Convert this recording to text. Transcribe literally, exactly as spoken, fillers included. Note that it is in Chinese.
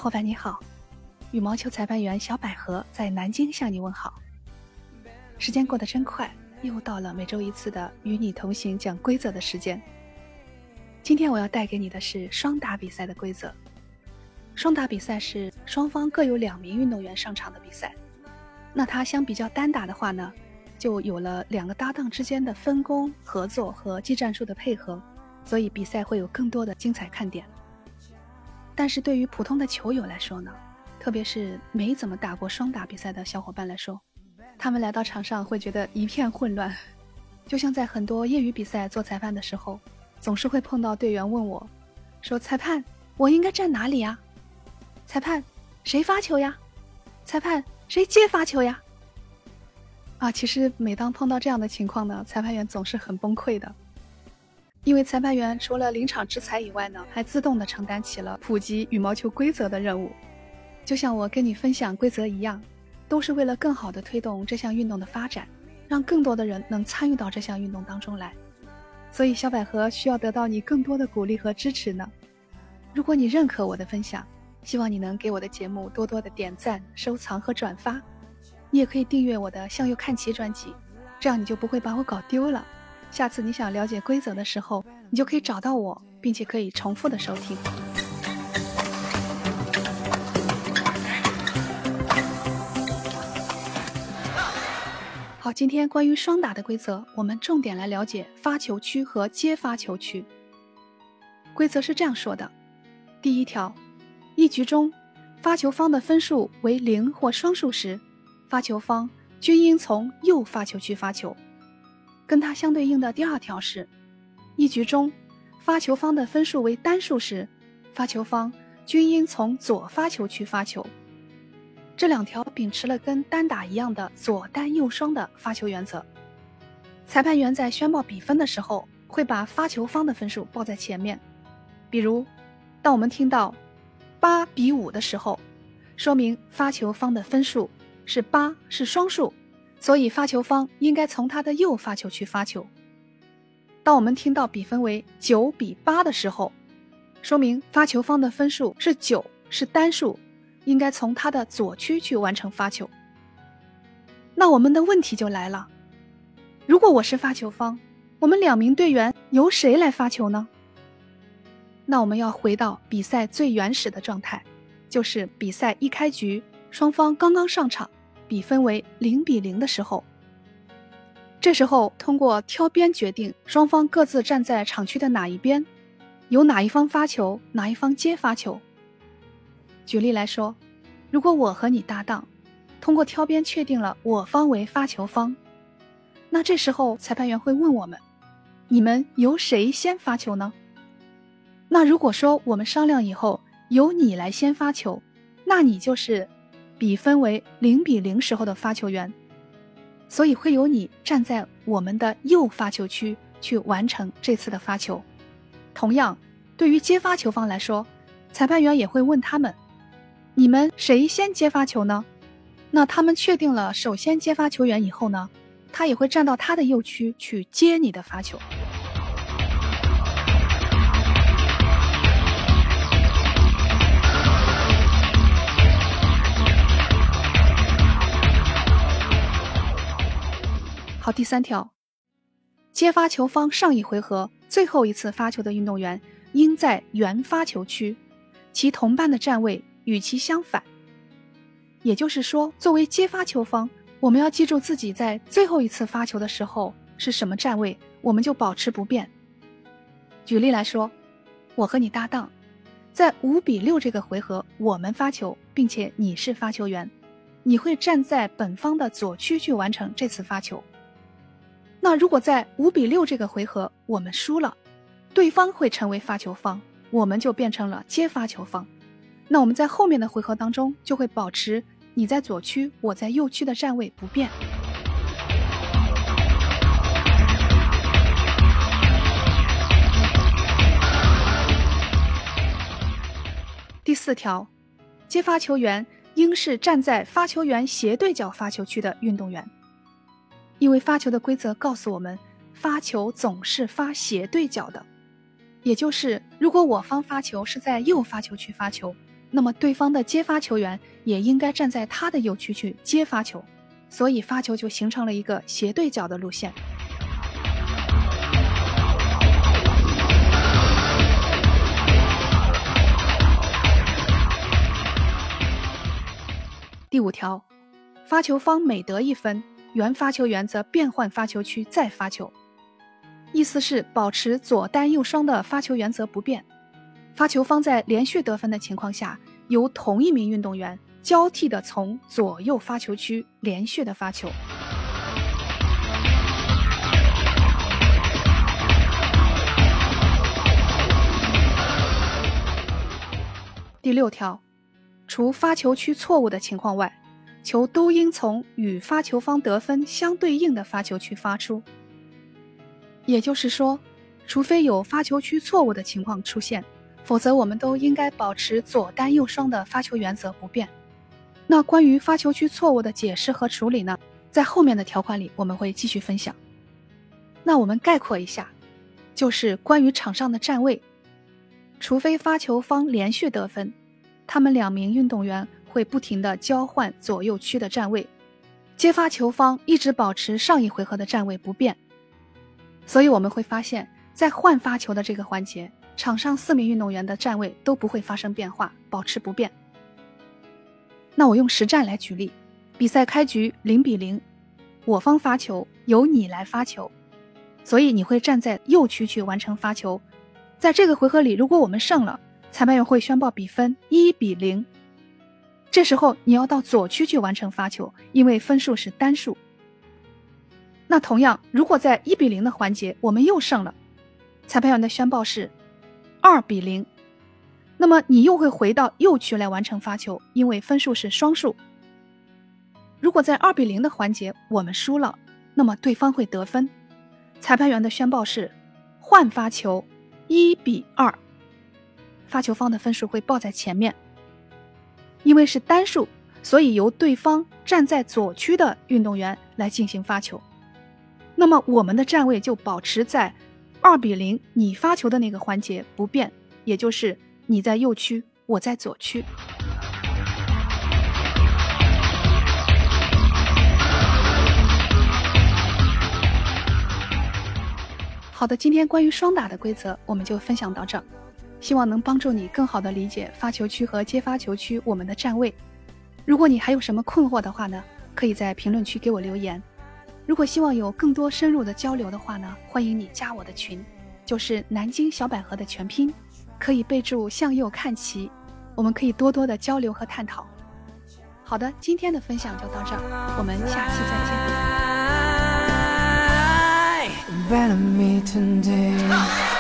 伙伴你好，羽毛球裁判员小百合在南京向你问好。时间过得真快，又到了每周一次的与你同行讲规则的时间。今天我要带给你的是双打比赛的规则。双打比赛是双方各有两名运动员上场的比赛，那它相比较单打的话呢，就有了两个搭档之间的分工、合作和技战术的配合，所以比赛会有更多的精彩看点。但是对于普通的球友来说呢，特别是没怎么打过双打比赛的小伙伴来说，他们来到场上会觉得一片混乱。就像在很多业余比赛做裁判的时候，总是会碰到队员问我说，裁判，我应该站哪里呀？裁判，谁发球呀？裁判，谁接发球呀？啊，其实每当碰到这样的情况呢，裁判员总是很崩溃的。因为裁判员除了临场执裁以外呢，还自动地承担起了普及羽毛球规则的任务。就像我跟你分享规则一样，都是为了更好地推动这项运动的发展，让更多的人能参与到这项运动当中来。所以小百合需要得到你更多的鼓励和支持呢。如果你认可我的分享，希望你能给我的节目多多的点赞、收藏和转发。你也可以订阅我的向右看齐专辑，这样你就不会把我搞丢了。下次你想了解规则的时候，你就可以找到我，并且可以重复的收听。好，今天关于双打的规则，我们重点来了解发球区和接发球区。规则是这样说的：第一条，一局中发球方的分数为零或双数时，发球方均应从右发球区发球。跟它相对应的第二条是，一局中发球方的分数为单数时，发球方均应从左发球区发球。这两条秉持了跟单打一样的左单右双的发球原则。裁判员在宣报比分的时候，会把发球方的分数报在前面。比如当我们听到八比五的时候，说明发球方的分数是八，是双数，所以发球方应该从他的右发球区发球。当我们听到比分为九比八的时候，说明发球方的分数是九，是单数，应该从他的左区去完成发球。那我们的问题就来了，如果我是发球方，我们两名队员由谁来发球呢？那我们要回到比赛最原始的状态，就是比赛一开局，双方刚刚上场，比分为零比零的时候。这时候通过挑边决定双方各自站在场区的哪一边，由哪一方发球，哪一方接发球。举例来说，如果我和你搭档通过挑边确定了我方为发球方，那这时候裁判员会问我们，你们由谁先发球呢？那如果说我们商量以后由你来先发球，那你就是比分为零比零时候的发球员，所以会由你站在我们的右发球区去完成这次的发球。同样，对于接发球方来说，裁判员也会问他们，你们谁先接发球呢？那他们确定了首先接发球员以后呢，他也会站到他的右区去接你的发球。好，第三条，接发球方上一回合最后一次发球的运动员应在原发球区，其同伴的站位与其相反。也就是说，作为接发球方，我们要记住自己在最后一次发球的时候是什么站位，我们就保持不变。举例来说，我和你搭档，在五比六这个回合我们发球，并且你是发球员，你会站在本方的左区去完成这次发球。那如果在五比六这个回合我们输了，对方会成为发球方，我们就变成了接发球方。那我们在后面的回合当中就会保持你在左区，我在右区的站位不变。第四条，接发球员应是站在发球员斜对角发球区的运动员。因为发球的规则告诉我们，发球总是发斜对角的，也就是如果我方发球是在右发球区发球， 那么对方的接发球员也应该站在他的右区去接发球，所以发球就形成了一个斜对角的路线。第五条，发球方每得一分，原发球员则变换发球区再发球。意思是保持左单右双的发球原则不变，发球方在连续得分的情况下，由同一名运动员交替的从左右发球区连续的发球。第六条，除发球区错误的情况外，球都应从与发球方得分相对应的发球区发出。也就是说，除非有发球区错误的情况出现，否则我们都应该保持左单右双的发球原则不变。那关于发球区错误的解释和处理呢，在后面的条款里我们会继续分享。那我们概括一下，就是关于场上的站位，除非发球方连续得分，他们两名运动员会不停地交换左右区的站位，接发球方一直保持上一回合的站位不变。所以我们会发现，在换发球的这个环节，场上四名运动员的站位都不会发生变化，保持不变。那我用实战来举例，比赛开局零比零，我方发球，由你来发球，所以你会站在右区去完成发球。在这个回合里，如果我们胜了，裁判员会宣报比分一比零。这时候你要到左区去完成发球，因为分数是单数。那同样，如果在一比零的环节我们又胜了，裁判员的宣报是二比零，那么你又会回到右区来完成发球，因为分数是双数。如果在二比零的环节我们输了，那么对方会得分，裁判员的宣报是换发球一比二，发球方的分数会报在前面。因为是单数，所以由对方站在左区的运动员来进行发球，那么我们的站位就保持在二比零你发球的那个环节不变，也就是你在右区，我在左区。好的，今天关于双打的规则我们就分享到这，希望能帮助你更好地理解发球区和接发球区我们的站位。如果你还有什么困惑的话呢，可以在评论区给我留言。如果希望有更多深入的交流的话呢，欢迎你加我的群，就是南京小百合的全拼，可以备注向右看齐，我们可以多多的交流和探讨。好的，今天的分享就到这儿，我们下期再见。